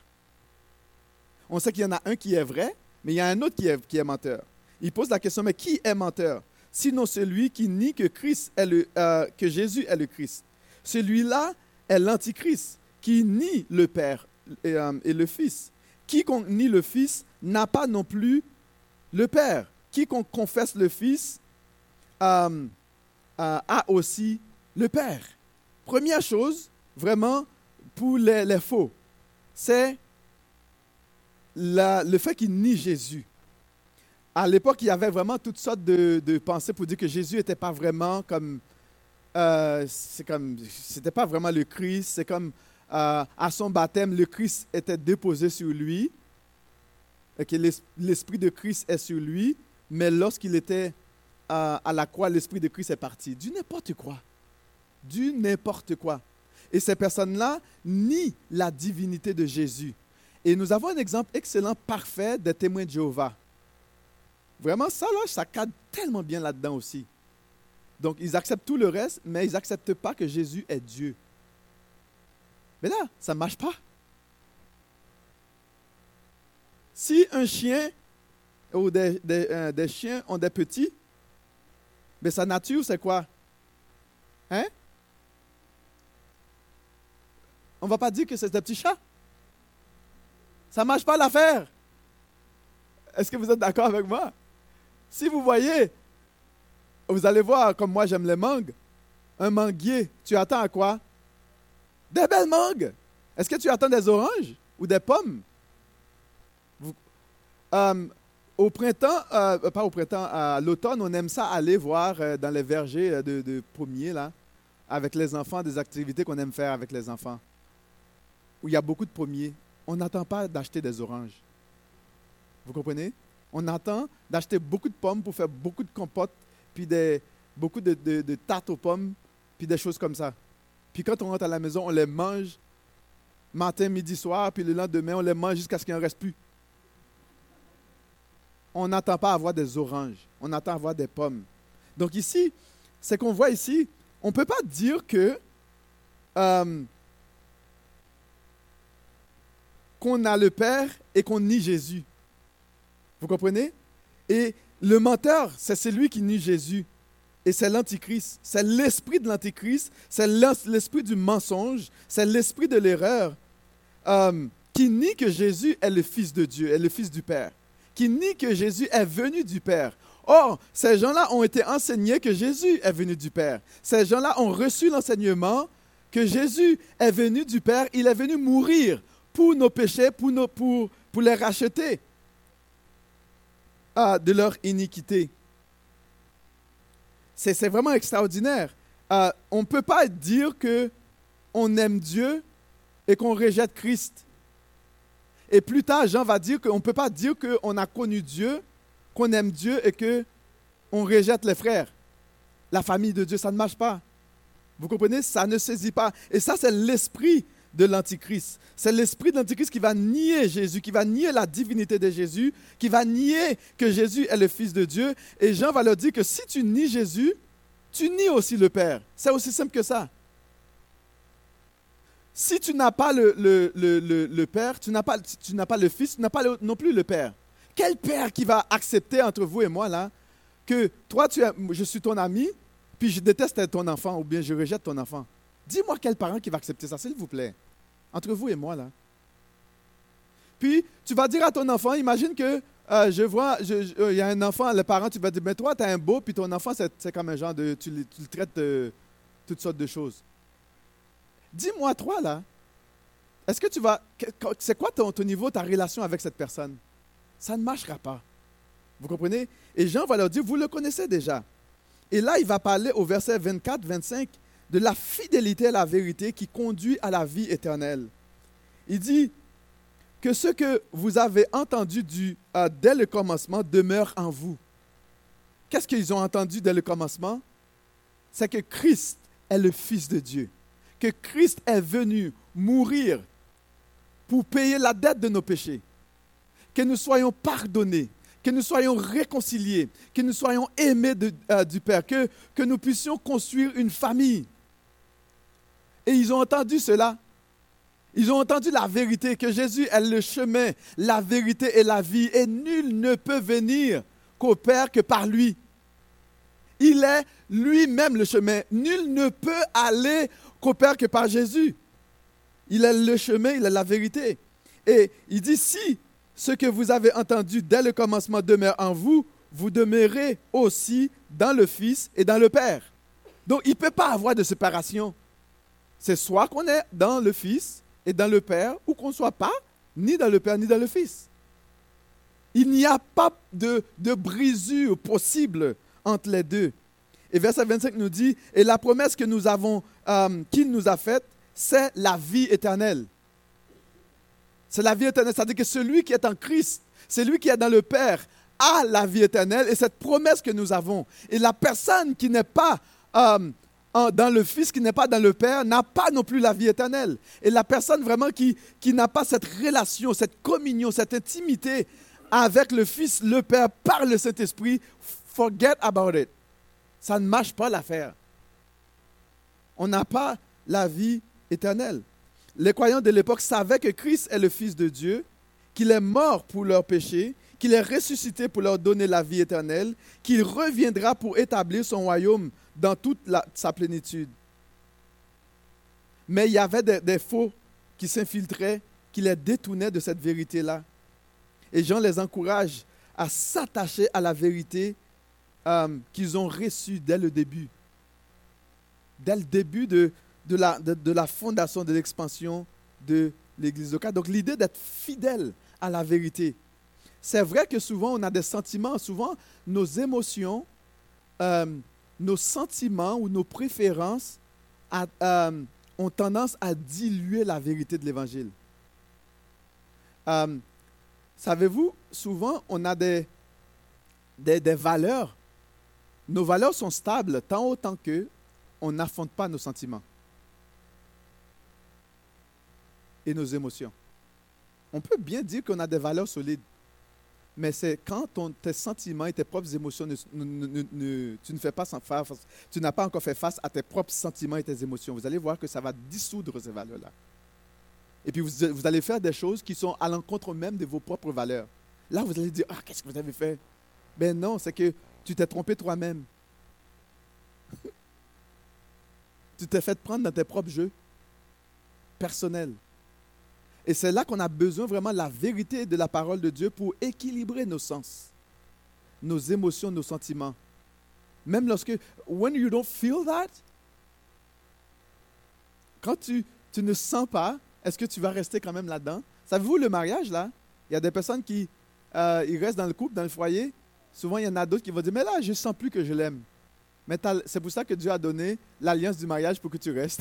On sait qu'il y en a un qui est vrai, mais il y a un autre qui est, qui est menteur. Il pose la question, mais qui est menteur? Sinon celui qui nie que, Christ est le, euh, que Jésus est le Christ. Celui-là est l'Antichrist, qui nie le Père et, euh, et le Fils. Quiconque nie le Fils n'a pas non plus le Père. Quiconque confesse le Fils euh, euh, a aussi le Père. Première chose, vraiment, pour les, les faux, c'est la, le fait qu'ils nient Jésus. À l'époque, il y avait vraiment toutes sortes de, de pensées pour dire que Jésus n'était pas vraiment comme... Euh, c'est comme, c'était pas vraiment le Christ, c'est comme euh, à son baptême, le Christ était déposé sur lui, okay, l'esprit de Christ est sur lui, mais lorsqu'il était euh, à la croix, l'esprit de Christ est parti. Du n'importe quoi. Du n'importe quoi. Et ces personnes-là nient la divinité de Jésus. Et nous avons un exemple excellent, parfait des témoins de Jéhovah. Vraiment, ça, là, ça cadre tellement bien là-dedans aussi. Donc, ils acceptent tout le reste, mais ils n'acceptent pas que Jésus est Dieu. Mais là, ça ne marche pas. Si un chien ou des, des, euh, des chiens ont des petits, mais sa nature, c'est quoi? Hein? On ne va pas dire que c'est des petits chats. Ça ne marche pas l'affaire. Est-ce que vous êtes d'accord avec moi? Si vous voyez... Vous allez voir, comme moi j'aime les mangues, un manguier, tu attends à quoi? Des belles mangues. Est-ce que tu attends des oranges ou des pommes? Vous, euh, au printemps, euh, pas au printemps, à l'automne, on aime ça aller voir euh, dans les vergers de, de pommiers, là, avec les enfants, des activités qu'on aime faire avec les enfants, où il y a beaucoup de pommiers. On n'attend pas d'acheter des oranges. Vous comprenez? On attend d'acheter beaucoup de pommes pour faire beaucoup de compotes, puis des, beaucoup de, de, de tartes aux pommes, puis des choses comme ça. Puis quand on rentre à la maison, on les mange matin, midi, soir, puis le lendemain, on les mange jusqu'à ce qu'il n'en reste plus. On n'attend pas à avoir des oranges, on attend à avoir des pommes. Donc ici, c'est qu'on voit ici, on ne peut pas dire que euh, qu'on a le Père et qu'on nie Jésus. Vous comprenez? Et le menteur, c'est celui qui nie Jésus. Et c'est l'Antichrist. C'est l'esprit de l'Antichrist. C'est l'esprit du mensonge. C'est l'esprit de l'erreur euh, qui nie que Jésus est le Fils de Dieu, est le Fils du Père. Qui nie que Jésus est venu du Père. Or, ces gens-là ont été enseignés que Jésus est venu du Père. Ces gens-là ont reçu l'enseignement que Jésus est venu du Père. Il est venu mourir pour nos péchés, pour, nos, pour, pour les racheter. euh, de leur iniquité. C'est, c'est vraiment extraordinaire. Euh, on ne peut pas dire qu'on aime Dieu et qu'on rejette Christ. Et plus tard, Jean va dire qu'on ne peut pas dire qu'on a connu Dieu, qu'on aime Dieu et qu'on rejette les frères. La famille de Dieu, ça ne marche pas. Vous comprenez? Ça ne saisit pas. Et ça, c'est l'esprit de l'Antichrist. C'est l'esprit de l'Antichrist qui va nier Jésus, qui va nier la divinité de Jésus, qui va nier que Jésus est le Fils de Dieu. Et Jean va leur dire que si tu nies Jésus, tu nies aussi le Père. C'est aussi simple que ça. Si tu n'as pas le, le, le, le, le Père, tu n'as pas, tu n'as pas le Fils, tu n'as pas le, non plus le Père. Quel Père qui va accepter entre vous et moi, là, que toi, tu es, je suis ton ami, puis je déteste ton enfant, ou bien je rejette ton enfant? Dis-moi quel parent qui va accepter ça, s'il vous plaît. Entre vous et moi, là. Puis, tu vas dire à ton enfant, imagine que euh, je vois, il euh, y a un enfant, le parent, tu vas dire, mais toi, tu as un beau, puis ton enfant, c'est, c'est comme un genre de, tu, tu le traites de toutes sortes de choses. Dis-moi, toi, là, est-ce que tu vas, c'est quoi ton, ton niveau, ta relation avec cette personne? Ça ne marchera pas. Vous comprenez? Et Jean va leur dire, vous le connaissez déjà. Et là, il va parler au verset vingt-quatre vingt-cinq de la fidélité à la vérité qui conduit à la vie éternelle. Il dit que ce que vous avez entendu du, euh, dès le commencement demeure en vous. Qu'est-ce qu'ils ont entendu dès le commencement? C'est que Christ est le Fils de Dieu. Que Christ est venu mourir pour payer la dette de nos péchés. Que nous soyons pardonnés, que nous soyons réconciliés, que nous soyons aimés de, euh, du Père, que, que nous puissions construire une famille. Et ils ont entendu cela. Ils ont entendu la vérité, que Jésus est le chemin, la vérité et la vie, et nul ne peut venir qu'au Père que par lui. Il est lui-même le chemin. Nul ne peut aller qu'au Père que par Jésus. Il est le chemin, il est la vérité. Et il dit, si ce que vous avez entendu dès le commencement demeure en vous, vous demeurez aussi dans le Fils et dans le Père. Donc, il ne peut pas avoir de séparation. C'est soit qu'on est dans le Fils et dans le Père, ou qu'on ne soit pas ni dans le Père ni dans le Fils. Il n'y a pas de, de brisure possible entre les deux. Et verset vingt-cinq nous dit, « Et la promesse que nous avons, euh, qu'il nous a faite, c'est la vie éternelle. » C'est la vie éternelle, c'est-à-dire que celui qui est en Christ, celui qui est dans le Père, a la vie éternelle, et cette promesse que nous avons. Et la personne qui n'est pas euh, en, dans le Fils, qui n'est pas dans le Père, n'a pas non plus la vie éternelle. Et la personne vraiment qui, qui n'a pas cette relation, cette communion, cette intimité avec le Fils, le Père, par le Saint-Esprit, forget about it. Ça ne marche pas l'affaire. On n'a pas la vie éternelle. Les croyants de l'époque savaient que Christ est le Fils de Dieu, qu'il est mort pour leurs péchés, qu'il est ressuscité pour leur donner la vie éternelle, qu'il reviendra pour établir son royaume dans toute la, sa plénitude. Mais il y avait des, des faux qui s'infiltraient, qui les détournaient de cette vérité-là. Et Jean les encourage à s'attacher à la vérité euh, qu'ils ont reçue dès le début. Dès le début de, de, la, de, de la fondation, de l'expansion de l'Église locale. Donc l'idée d'être fidèle à la vérité. C'est vrai que souvent on a des sentiments, souvent nos émotions, euh, nos sentiments ou nos préférences a, euh, ont tendance à diluer la vérité de l'Évangile. Euh, savez-vous, souvent on a des, des, des valeurs. Nos valeurs sont stables tant autant qu'on n'affronte pas nos sentiments et nos émotions. On peut bien dire qu'on a des valeurs solides, mais c'est quand ton, tes sentiments et tes propres émotions, ne, ne, ne, ne, tu ne fais pas sans faire, tu n'as pas encore fait face à tes propres sentiments et tes émotions. Vous allez voir que ça va dissoudre ces valeurs-là. Et puis vous, vous allez faire des choses qui sont à l'encontre même de vos propres valeurs. Là, vous allez dire, ah, qu'est-ce que vous avez fait? Ben non, c'est que tu t'es trompé toi-même. Tu t'es fait prendre dans tes propres jeux personnels. Et c'est là qu'on a besoin vraiment de la vérité de la parole de Dieu pour équilibrer nos sens, nos émotions, nos sentiments. Même lorsque, when you don't feel that, quand tu, tu ne sens pas, est-ce que tu vas rester quand même là-dedans? Savez-vous, le mariage, là, il y a des personnes qui euh, ils restent dans le couple, dans le foyer, souvent, il y en a d'autres qui vont dire, mais là, je ne sens plus que je l'aime. Mais c'est pour ça que Dieu a donné l'alliance du mariage pour que tu restes.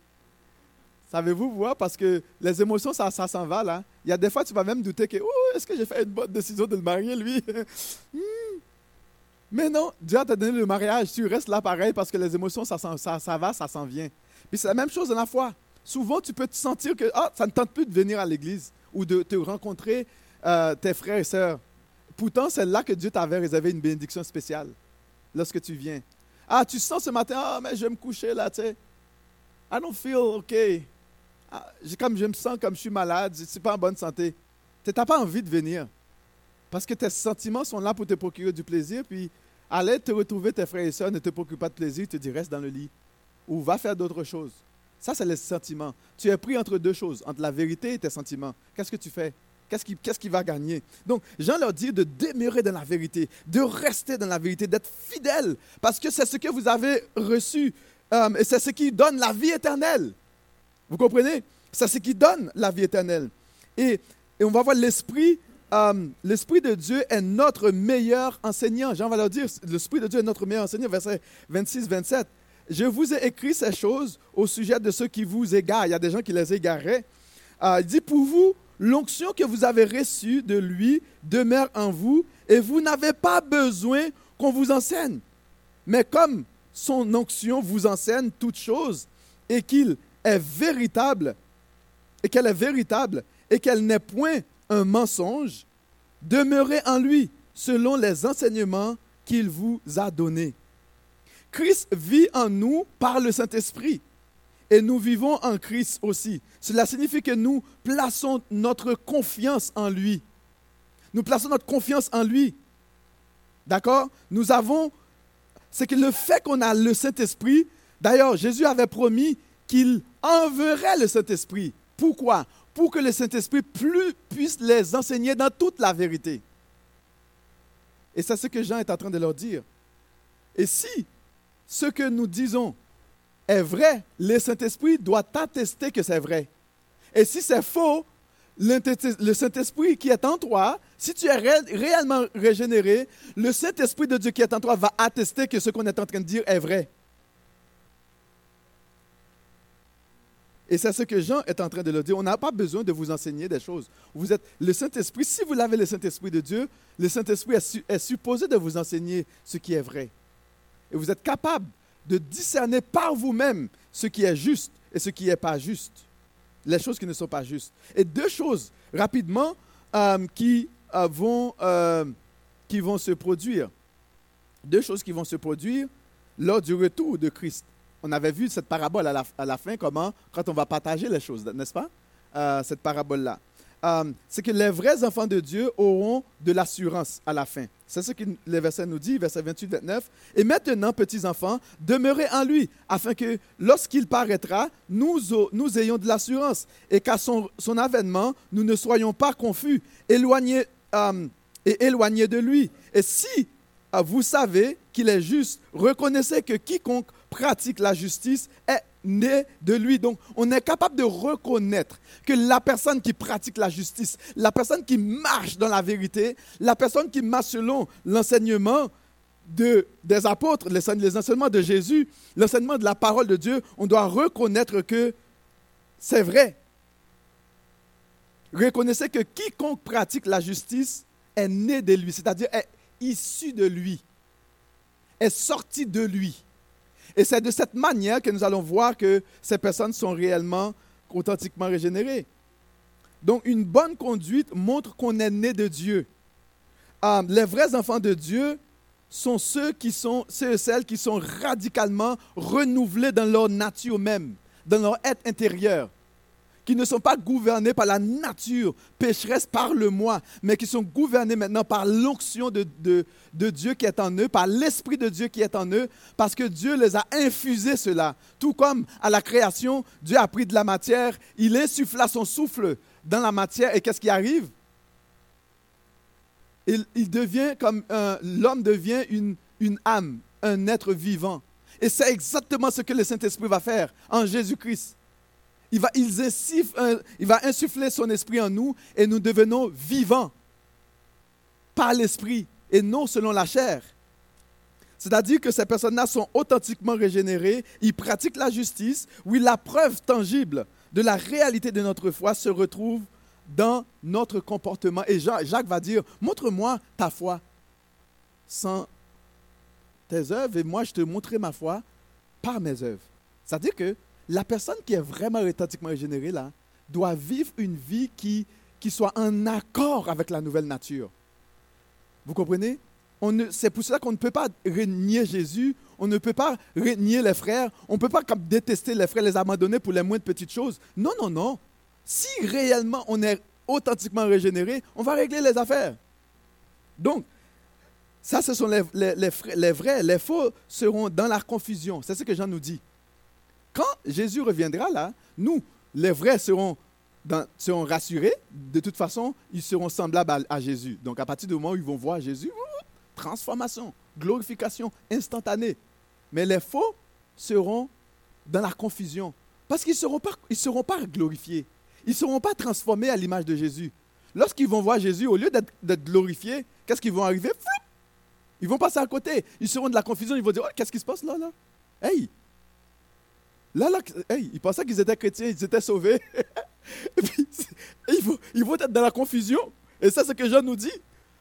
Savez-vous, voir, parce que les émotions, ça, ça s'en va, là. Il y a des fois, tu vas même douter que, oh, est-ce que j'ai fait une bonne décision de le marier, lui? hmm. Mais non, Dieu t'a donné le mariage, tu restes là pareil, parce que les émotions, ça, ça, ça va, ça s'en vient. Puis c'est la même chose dans la foi. Souvent, tu peux te sentir que, ah, ça ne tente plus de venir à l'église ou de te rencontrer euh, tes frères et sœurs. Pourtant, c'est là que Dieu t'avait réservé une bénédiction spéciale, lorsque tu viens. Ah, tu sens ce matin, ah, mais je vais me coucher là, tu sais. I don't feel okay. Ah, comme je me sens comme je suis malade, je ne suis pas en bonne santé. Tu n'as pas envie de venir. Parce que tes sentiments sont là pour te procurer du plaisir, puis aller te retrouver tes frères et sœurs ne te procure pas de plaisir, te dit reste dans le lit. Ou va faire d'autres choses. Ça, c'est les sentiments. Tu es pris entre deux choses, entre la vérité et tes sentiments. Qu'est-ce que tu fais? Qu'est-ce qui, qu'est-ce qui va gagner? Donc, Jean leur dit de demeurer dans la vérité, de rester dans la vérité, d'être fidèle, parce que c'est ce que vous avez reçu, euh, et c'est ce qui donne la vie éternelle. Vous comprenez? C'est ce qui donne la vie éternelle. Et, et on va voir l'Esprit, euh, l'Esprit de Dieu est notre meilleur enseignant. Jean va leur dire, l'Esprit de Dieu est notre meilleur enseignant, verset vingt-six vingt-sept. Je vous ai écrit ces choses au sujet de ceux qui vous égarent. Il y a des gens qui les égaraient. Euh, il dit, pour vous, l'onction que vous avez reçue de lui demeure en vous et vous n'avez pas besoin qu'on vous enseigne. Mais comme son onction vous enseigne toutes choses et qu'il est véritable, et qu'elle est véritable, et qu'elle n'est point un mensonge, demeurez en lui, selon les enseignements qu'il vous a donnés. Christ vit en nous par le Saint-Esprit, et nous vivons en Christ aussi. Cela signifie que nous plaçons notre confiance en lui. Nous plaçons notre confiance en lui. D'accord? Nous avons... C'est que le fait qu'on a le Saint-Esprit, d'ailleurs, Jésus avait promis qu'il enverrait le Saint-Esprit. Pourquoi? Pour que le Saint-Esprit plus puisse les enseigner dans toute la vérité. Et c'est ce que Jean est en train de leur dire. Et si ce que nous disons est vrai, le Saint-Esprit doit attester que c'est vrai. Et si c'est faux, le Saint-Esprit qui est en toi, si tu es ré- réellement régénéré, le Saint-Esprit de Dieu qui est en toi va attester que ce qu'on est en train de dire est vrai. Et c'est ce que Jean est en train de le dire. On n'a pas besoin de vous enseigner des choses. Vous êtes le Saint-Esprit. Si vous l'avez, le Saint-Esprit de Dieu, le Saint-Esprit est, su- est supposé de vous enseigner ce qui est vrai. Et vous êtes capable de discerner par vous-même ce qui est juste et ce qui n'est pas juste. Les choses qui ne sont pas justes. Et deux choses, rapidement, euh, qui, euh, vont, euh, qui vont se produire. Deux choses qui vont se produire lors du retour de Christ. On avait vu cette parabole à la, à la fin, comment, quand on va partager les choses, n'est-ce pas? Euh, cette parabole-là. Euh, c'est que les vrais enfants de Dieu auront de l'assurance à la fin. C'est ce que le verset nous dit, verset vingt-huit vingt-neuf. Et maintenant, petits enfants, demeurez en lui, afin que lorsqu'il paraîtra, nous, nous ayons de l'assurance et qu'à son, son avènement, nous ne soyons pas confus, éloignés, euh, et éloignés de lui. Et si euh, vous savez qu'il est juste, reconnaissez que quiconque pratique la justice est né de lui. Donc, on est capable de reconnaître que la personne qui pratique la justice, la personne qui marche dans la vérité, la personne qui marche selon l'enseignement de, des apôtres, les, les enseignements de Jésus, l'enseignement de la parole de Dieu, on doit reconnaître que c'est vrai. Reconnaissez que quiconque pratique la justice est né de lui, c'est-à-dire est issu de lui, est sorti de lui. Et c'est de cette manière que nous allons voir que ces personnes sont réellement, authentiquement régénérées. Donc, une bonne conduite montre qu'on est né de Dieu. Euh, les vrais enfants de Dieu sont ceux, qui sont, ceux et celles qui sont radicalement renouvelés dans leur nature même, dans leur être intérieur, qui ne sont pas gouvernés par la nature pécheresse par le moi, mais qui sont gouvernés maintenant par l'onction de, de, de Dieu qui est en eux, par l'Esprit de Dieu qui est en eux, parce que Dieu les a infusés cela. Tout comme à la création, Dieu a pris de la matière, il insuffla son souffle dans la matière, et qu'est-ce qui arrive? Il, il devient comme un, l'homme devient une, une âme, un être vivant. Et c'est exactement ce que le Saint-Esprit va faire en Jésus-Christ. Il va, il, insuffle, il va insuffler son esprit en nous et nous devenons vivants par l'esprit. et non selon la chair. C'est-à-dire que ces personnes-là sont authentiquement régénérées, ils pratiquent la justice. Oui, la preuve tangible de la réalité de notre foi se retrouve dans notre comportement. Et Jacques va dire, montre-moi ta foi sans tes œuvres et moi je te montrerai ma foi par mes œuvres. C'est-à-dire que la personne qui est vraiment authentiquement régénérée là, doit vivre une vie qui, qui soit en accord avec la nouvelle nature. Vous comprenez? On ne, c'est pour cela qu'on ne peut pas renier Jésus, on ne peut pas renier les frères, on ne peut pas comme détester les frères, les abandonner pour les moindres petites choses. Non, non, non. Si réellement on est authentiquement régénéré, on va régler les affaires. Donc, ça, ce sont les, les, les, les vrais. Les faux seront dans la confusion. C'est ce que Jean nous dit. Quand Jésus reviendra là, nous, les vrais seront, dans, seront rassurés. De toute façon, ils seront semblables à, à Jésus. Donc, à partir du moment où ils vont voir Jésus, transformation, glorification instantanée. Mais les faux seront dans la confusion. Parce qu'ils ne seront pas, ils seront pas glorifiés. Ils ne seront pas transformés à l'image de Jésus. Lorsqu'ils vont voir Jésus, au lieu d'être, d'être glorifiés, qu'est-ce qu'ils vont arriver? Foup! Ils vont passer à côté. Ils seront de la confusion. Ils vont dire, oh, qu'est-ce qui se passe là, là? Hey! Là, là, hey! Ils pensaient qu'ils étaient chrétiens, ils étaient sauvés. Et puis, ils vont, ils vont être dans la confusion. Et ça, c'est ce que Jean nous dit.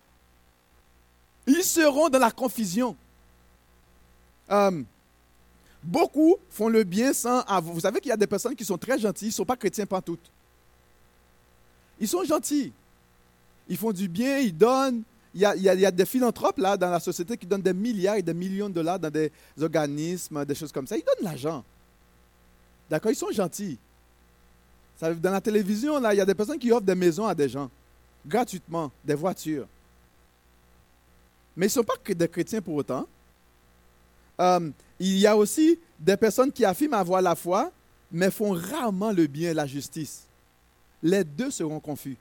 Ils seront dans la confusion. Euh, beaucoup font le bien sans avoir. Vous savez qu'il y a des personnes qui sont très gentilles, ils ne sont pas chrétiens pantoute. Ils sont gentils. Ils font du bien, ils donnent. Il y a, il y a, il y a des philanthropes là, dans la société qui donnent des milliards et des millions de dollars dans des organismes, des choses comme ça. Ils donnent l'argent. D'accord? Ils sont gentils. Ça, dans la télévision, là, il y a des personnes qui offrent des maisons à des gens, gratuitement, des voitures. Mais ils ne sont pas que des chrétiens pour autant. Euh, il y a aussi des personnes qui affirment avoir la foi, mais font rarement le bien et la justice. Les deux seront confus.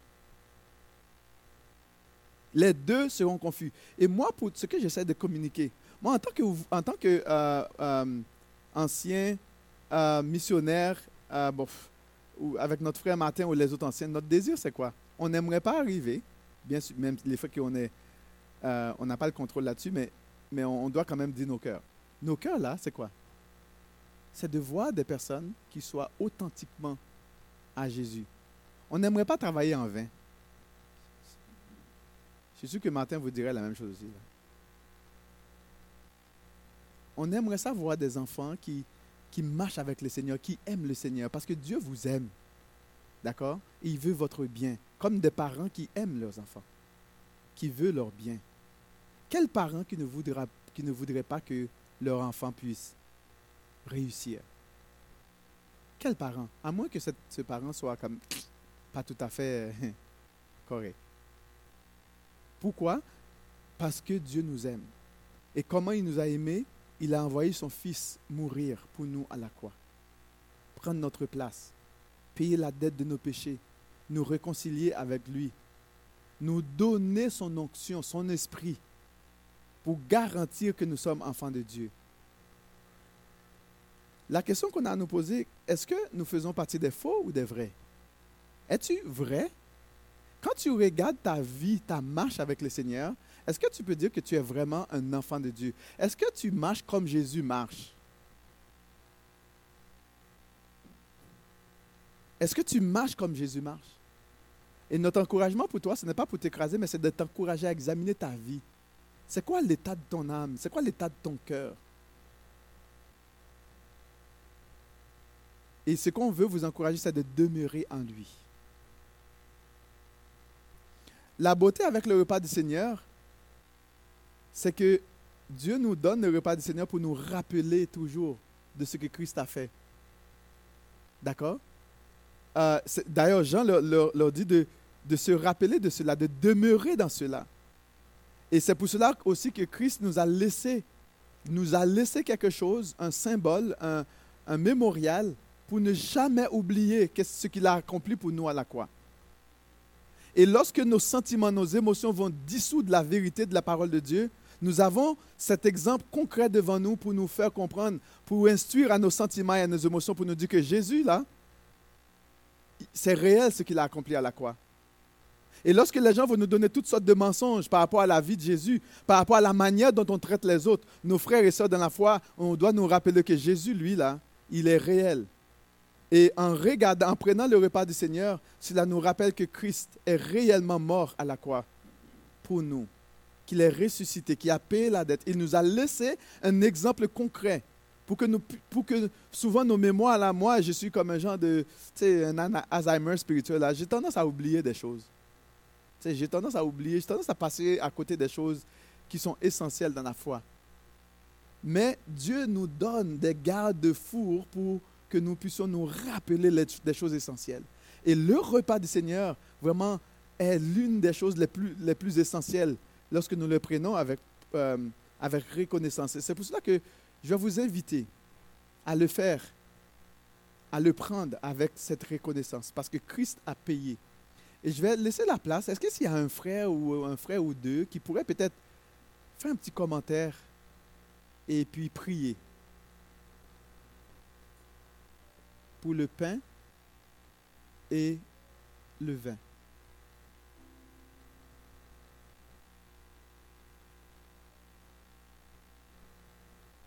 Les deux seront confus. Et moi, pour ce que j'essaie de communiquer, moi, en tant que, en tant que euh, euh, ancien euh, missionnaire, euh, bon, ou avec notre frère Martin ou les autres anciens, notre désir, c'est quoi? On n'aimerait pas arriver, bien sûr, même les fois qu'on est Euh, on n'a pas le contrôle là-dessus, mais, mais on, on doit quand même dire nos cœurs. Nos cœurs, là, c'est quoi? C'est de voir des personnes qui soient authentiquement à Jésus. On n'aimerait pas travailler en vain. Je suis sûr que Martin vous dirait la même chose aussi. Là. On aimerait ça voir des enfants qui, qui marchent avec le Seigneur, qui aiment le Seigneur, parce que Dieu vous aime. D'accord? Et il veut votre bien, comme des parents qui aiment leurs enfants, qui veulent leur bien. Quel parent qui ne voudra, qui ne voudrait pas que leur enfant puisse réussir? Quel parent? À moins que cette, ce parent soit comme pas tout à fait euh, correct. Pourquoi? Parce que Dieu nous aime. Et comment il nous a aimés? Il a envoyé son Fils mourir pour nous à la croix. Prendre notre place. Payer la dette de nos péchés. Nous réconcilier avec lui. Nous donner son onction, son esprit, pour garantir que nous sommes enfants de Dieu. La question qu'on a à nous poser, est-ce que nous faisons partie des faux ou des vrais? Es-tu vrai? Quand tu regardes ta vie, ta marche avec le Seigneur, est-ce que tu peux dire que tu es vraiment un enfant de Dieu? Est-ce que tu marches comme Jésus marche? Est-ce que tu marches comme Jésus marche? Et notre encouragement pour toi, ce n'est pas pour t'écraser, mais c'est de t'encourager à examiner ta vie. C'est quoi l'état de ton âme? C'est quoi l'état de ton cœur? Et ce qu'on veut vous encourager, c'est de demeurer en lui. La beauté avec le repas du Seigneur, c'est que Dieu nous donne le repas du Seigneur pour nous rappeler toujours de ce que Christ a fait. D'accord? Euh, d'ailleurs, Jean leur, leur, leur dit de, de se rappeler de cela, de demeurer dans cela. Et c'est pour cela aussi que Christ nous a laissé, nous a laissé quelque chose, un symbole, un, un mémorial, pour ne jamais oublier ce qu'il a accompli pour nous à la croix. Et lorsque nos sentiments, nos émotions vont dissoudre la vérité de la parole de Dieu, nous avons cet exemple concret devant nous pour nous faire comprendre, pour instruire à nos sentiments et à nos émotions, pour nous dire que Jésus, là, c'est réel ce qu'il a accompli à la croix. Et lorsque les gens vont nous donner toutes sortes de mensonges par rapport à la vie de Jésus, par rapport à la manière dont on traite les autres, nos frères et sœurs dans la foi, on doit nous rappeler que Jésus, lui, là, il est réel. Et en regardant, en prenant le repas du Seigneur, cela nous rappelle que Christ est réellement mort à la croix pour nous, qu'il est ressuscité, qu'il a payé la dette. Il nous a laissé un exemple concret pour que, nous, pour que souvent nos mémoires, là, moi, je suis comme un genre de, tu sais, un Alzheimer spirituel, là, j'ai tendance à oublier des choses. Tu sais, j'ai tendance à oublier, j'ai tendance à passer à côté des choses qui sont essentielles dans la foi. Mais Dieu nous donne des garde-fous pour que nous puissions nous rappeler les, des choses essentielles. Et le repas du Seigneur, vraiment, est l'une des choses les plus, les plus essentielles lorsque nous le prenons avec, euh, avec reconnaissance. Et c'est pour cela que je vais vous inviter à le faire, à le prendre avec cette reconnaissance, parce que Christ a payé. Et je vais laisser la place. Est-ce que s'il y a un frère ou un frère ou deux qui pourrait peut-être faire un petit commentaire et puis prier pour le pain et le vin?